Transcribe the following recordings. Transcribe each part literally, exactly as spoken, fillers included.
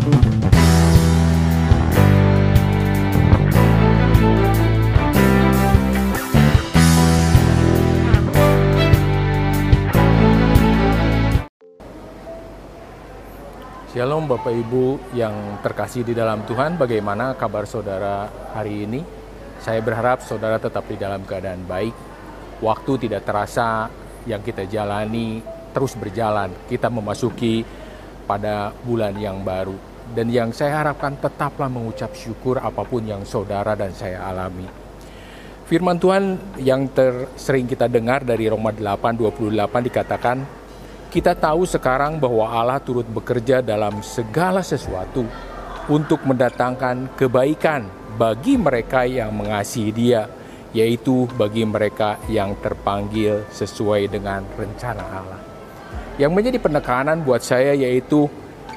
Shalom Bapak Ibu yang terkasih di dalam Tuhan, bagaimana kabar saudara hari ini? Saya berharap saudara tetap di dalam keadaan baik. Waktu tidak terasa yang kita jalani terus berjalan. Kita memasuki pada bulan yang baru. Dan yang saya harapkan tetaplah mengucap syukur apapun yang saudara dan saya alami. Firman Tuhan yang tersering kita dengar dari Roma delapan dua puluh delapan dikatakan, kita tahu sekarang bahwa Allah turut bekerja dalam segala sesuatu untuk mendatangkan kebaikan bagi mereka yang mengasihi Dia, yaitu bagi mereka yang terpanggil sesuai dengan rencana Allah. Yang menjadi penekanan buat saya yaitu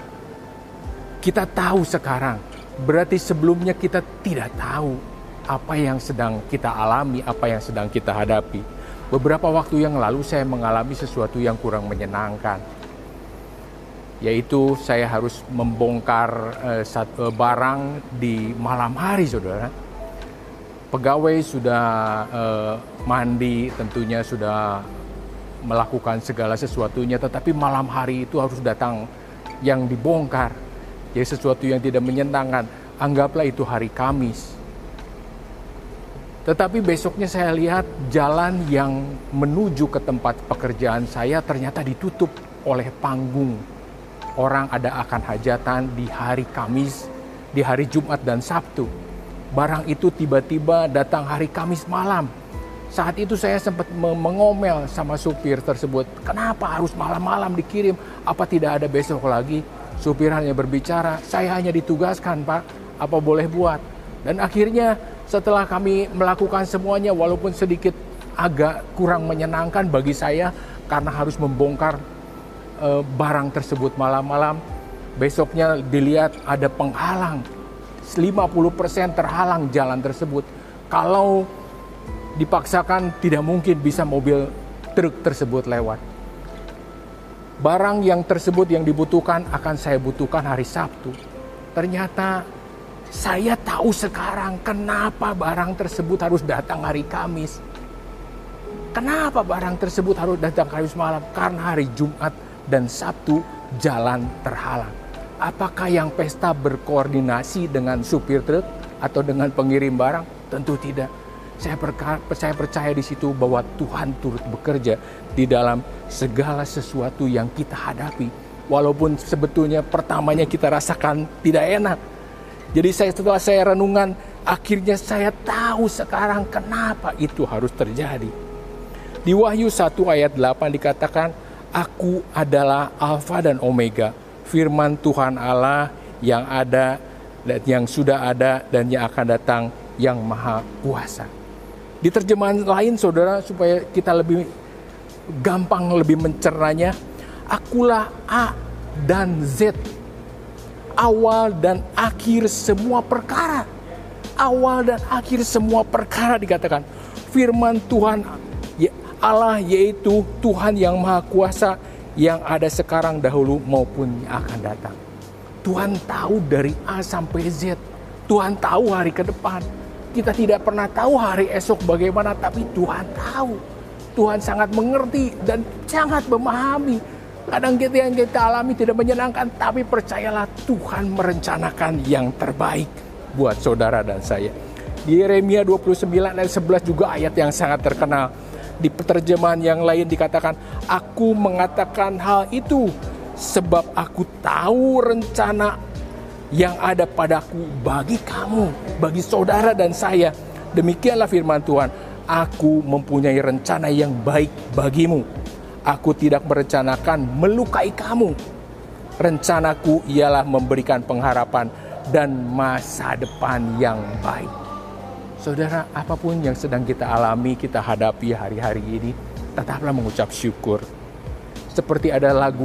kita tahu sekarang, berarti sebelumnya kita tidak tahu apa yang sedang kita alami, apa yang sedang kita hadapi. Beberapa waktu yang lalu saya mengalami sesuatu yang kurang menyenangkan, yaitu saya harus membongkar uh, satu barang di malam hari, saudara. Pegawai sudah uh, mandi, tentunya sudah melakukan segala sesuatunya, tetapi malam hari itu harus datang yang dibongkar. Jadi sesuatu yang tidak menyenangkan, anggaplah itu hari Kamis. Tetapi besoknya saya lihat jalan yang menuju ke tempat pekerjaan saya ternyata ditutup oleh panggung. Orang ada akan hajatan di hari Kamis, di hari Jumat dan Sabtu. Barang itu tiba-tiba datang hari Kamis malam. Saat itu saya sempat mengomel sama supir tersebut. Kenapa harus malam-malam dikirim? Apa tidak ada besok lagi? Supir hanya berbicara, saya hanya ditugaskan Pak, apa boleh buat? Dan akhirnya setelah kami melakukan semuanya, walaupun sedikit agak kurang menyenangkan bagi saya karena harus membongkar e, barang tersebut malam-malam, besoknya dilihat ada penghalang, lima puluh persen terhalang jalan tersebut. Kalau dipaksakan tidak mungkin bisa mobil truk tersebut lewat. Barang yang tersebut yang dibutuhkan akan saya butuhkan hari Sabtu. Ternyata saya tahu sekarang kenapa barang tersebut harus datang hari Kamis. Kenapa barang tersebut harus datang Kamis malam? Karena hari Jumat dan Sabtu jalan terhalang. Apakah yang pesta berkoordinasi dengan supir truk atau dengan pengirim barang? Tentu tidak. Saya percaya, saya percaya di situ bahwa Tuhan turut bekerja di dalam segala sesuatu yang kita hadapi. Walaupun sebetulnya pertamanya kita rasakan tidak enak. Jadi saya setelah saya renungan, akhirnya saya tahu sekarang kenapa itu harus terjadi. Di Wahyu satu ayat delapan dikatakan, Aku adalah Alfa dan Omega, firman Tuhan Allah yang ada dan yang sudah ada dan yang akan datang, yang maha kuasa. Di terjemahan lain saudara, supaya kita lebih gampang lebih mencernanya, Akulah A dan Z, awal dan akhir semua perkara. Awal dan akhir semua perkara dikatakan. Firman Tuhan Allah yaitu Tuhan yang Maha Kuasa yang ada sekarang dahulu maupun yang akan datang. Tuhan tahu dari A sampai Z. Tuhan tahu hari ke depan. Kita tidak pernah tahu hari esok bagaimana, tapi Tuhan tahu. Tuhan sangat mengerti dan sangat memahami. Kadang kita yang kita alami tidak menyenangkan, tapi percayalah Tuhan merencanakan yang terbaik buat saudara dan saya. Di Yeremia dua puluh sembilan ayat sebelas juga ayat yang sangat terkenal. Di terjemahan yang lain dikatakan, Aku mengatakan hal itu sebab aku tahu rencana yang ada padaku bagi kamu, bagi saudara dan saya. Demikianlah firman Tuhan, Aku mempunyai rencana yang baik bagimu. Aku tidak merencanakan melukai kamu. Rencanaku ialah memberikan pengharapan dan masa depan yang baik. Saudara, apapun yang sedang kita alami, kita hadapi hari-hari ini, tetaplah mengucap syukur. Seperti ada lagu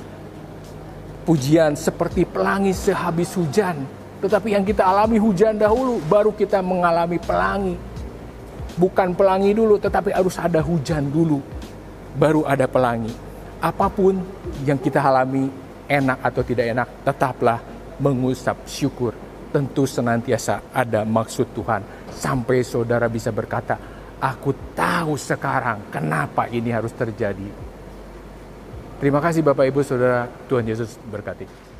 pujian, seperti pelangi sehabis hujan. Tetapi yang kita alami hujan dahulu, baru kita mengalami pelangi. Bukan pelangi dulu, tetapi harus ada hujan dulu, baru ada pelangi. Apapun yang kita alami, enak atau tidak enak, tetaplah mengusap syukur. Tentu senantiasa ada maksud Tuhan. Sampai saudara bisa berkata, aku tahu sekarang kenapa ini harus terjadi. Terima kasih Bapak Ibu Saudara, Tuhan Yesus berkati.